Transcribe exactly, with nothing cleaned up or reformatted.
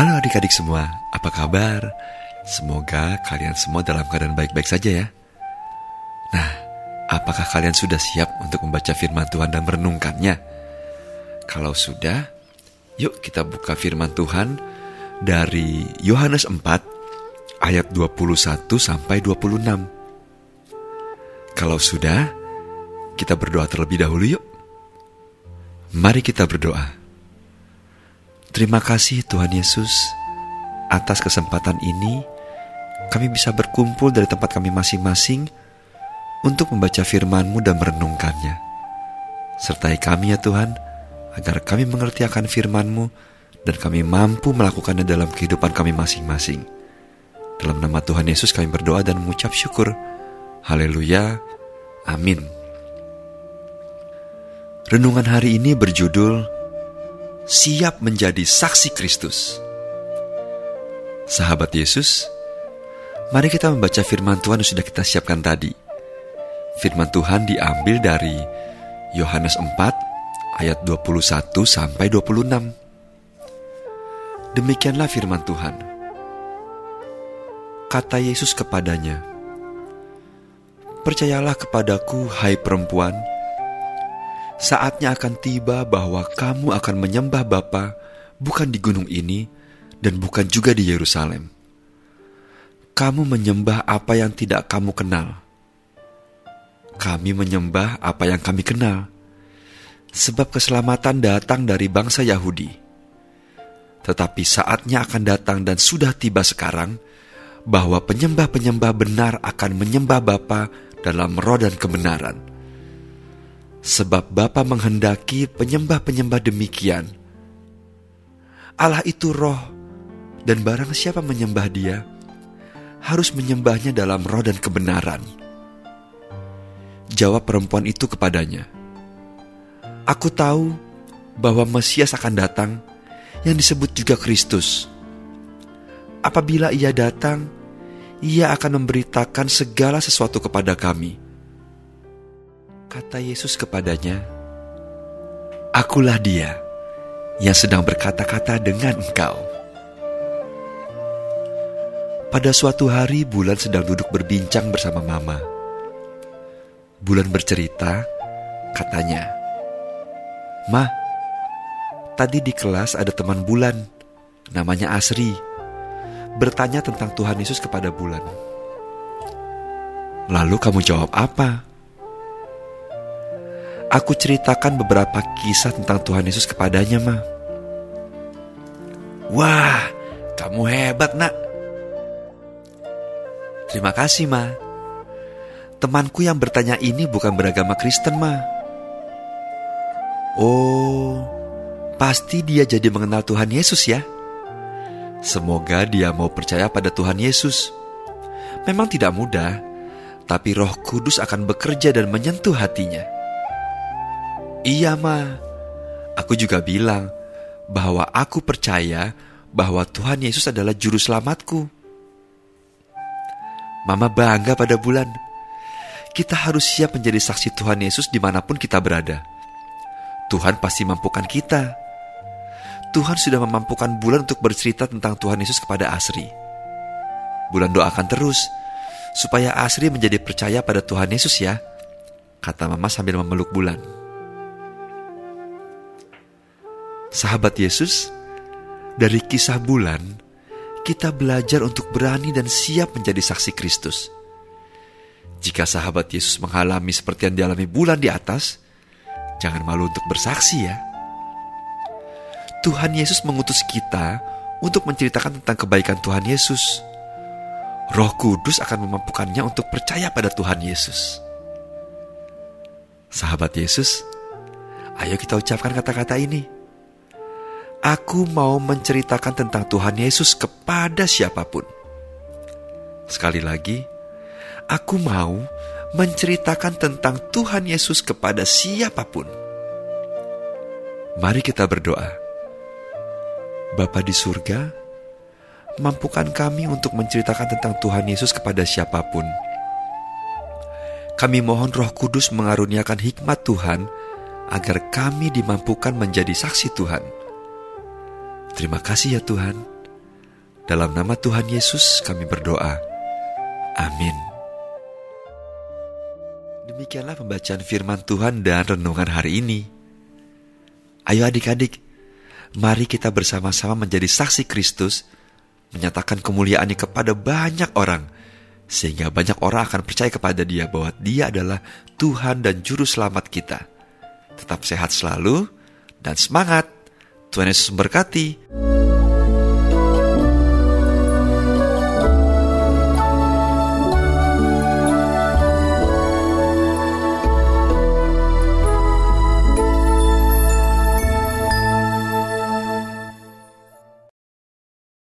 Halo adik-adik semua, apa kabar? Semoga kalian semua dalam keadaan baik-baik saja ya. Nah, apakah kalian sudah siap untuk membaca firman Tuhan dan merenungkannya? Kalau sudah, yuk kita buka firman Tuhan dari Yohanes empat ayat dua puluh satu sampai dua puluh enam. Kalau sudah, kita berdoa terlebih dahulu yuk. Mari kita berdoa. Terima kasih Tuhan Yesus, atas kesempatan ini kami bisa berkumpul dari tempat kami masing-masing untuk membaca firman-Mu dan merenungkannya. Sertai kami ya Tuhan, agar kami mengerti akan firman-Mu dan kami mampu melakukannya dalam kehidupan kami masing-masing. Dalam nama Tuhan Yesus kami berdoa dan mengucap syukur. Haleluya, amin. Renungan hari ini berjudul Siap menjadi saksi Kristus. Sahabat Yesus, mari kita membaca firman Tuhan yang sudah kita siapkan tadi. Firman Tuhan diambil dari Yohanes empat ayat dua puluh satu sampai dua puluh enam. Demikianlah firman Tuhan. Kata Yesus kepadanya, "Percayalah kepadaku, hai perempuan, saatnya akan tiba bahwa kamu akan menyembah Bapa bukan di gunung ini dan bukan juga di Yerusalem. Kamu menyembah apa yang tidak kamu kenal. Kami menyembah apa yang kami kenal, sebab keselamatan datang dari bangsa Yahudi. Tetapi saatnya akan datang dan sudah tiba sekarang, bahwa penyembah-penyembah benar akan menyembah Bapa dalam roh dan kebenaran. Sebab Bapa menghendaki penyembah-penyembah demikian. Allah itu roh, dan barang siapa menyembah Dia, harus menyembahnya dalam roh dan kebenaran." Jawab perempuan itu kepadanya, "Aku tahu bahwa Mesias akan datang, yang disebut juga Kristus. Apabila Ia datang, Ia akan memberitakan segala sesuatu kepada kami." Kata Yesus kepadanya, "Akulah Dia yang sedang berkata-kata dengan engkau." Pada suatu hari Bulan sedang duduk berbincang bersama Mama. Bulan bercerita, katanya, "Ma, tadi di kelas ada teman Bulan, namanya Asri, bertanya tentang Tuhan Yesus kepada Bulan. Lalu kamu jawab apa?" "Aku ceritakan beberapa kisah tentang Tuhan Yesus kepadanya, Ma." "Wah, kamu hebat, Nak." "Terima kasih, Ma. Temanku yang bertanya ini bukan beragama Kristen, Ma." "Oh, pasti dia jadi mengenal Tuhan Yesus ya. Semoga dia mau percaya pada Tuhan Yesus. Memang tidak mudah, tapi Roh Kudus akan bekerja dan menyentuh hatinya." "Iya, Ma. Aku juga bilang bahwa aku percaya bahwa Tuhan Yesus adalah juru selamatku." Mama bangga pada Bulan. Kita harus siap menjadi saksi Tuhan Yesus dimanapun kita berada. Tuhan pasti mampukan kita. Tuhan sudah memampukan Bulan untuk bercerita tentang Tuhan Yesus kepada Asri. Bulan doakan terus supaya Asri menjadi percaya pada Tuhan Yesus ya, kata Mama sambil memeluk Bulan. Sahabat Yesus, dari kisah Bulan, kita belajar untuk berani dan siap menjadi saksi Kristus. Jika sahabat Yesus mengalami seperti yang dialami Bulan di atas, jangan malu untuk bersaksi ya. Tuhan Yesus mengutus kita untuk menceritakan tentang kebaikan Tuhan Yesus. Roh Kudus akan memampukannya untuk percaya pada Tuhan Yesus. Sahabat Yesus, ayo kita ucapkan kata-kata ini. Aku mau menceritakan tentang Tuhan Yesus kepada siapapun. Sekali lagi, aku mau menceritakan tentang Tuhan Yesus kepada siapapun. Mari kita berdoa. Bapa di surga, mampukan kami untuk menceritakan tentang Tuhan Yesus kepada siapapun. Kami mohon Roh Kudus mengaruniakan hikmat Tuhan agar kami dimampukan menjadi saksi Tuhan. Terima kasih ya Tuhan. Dalam nama Tuhan Yesus kami berdoa. Amin. Demikianlah pembacaan firman Tuhan dan renungan hari ini. Ayo adik-adik, mari kita bersama-sama menjadi saksi Kristus, menyatakan kemuliaan-Nya kepada banyak orang, sehingga banyak orang akan percaya kepada Dia bahwa Dia adalah Tuhan dan Juru Selamat kita. Tetap sehat selalu dan semangat. Tuhan Yesus memberkati.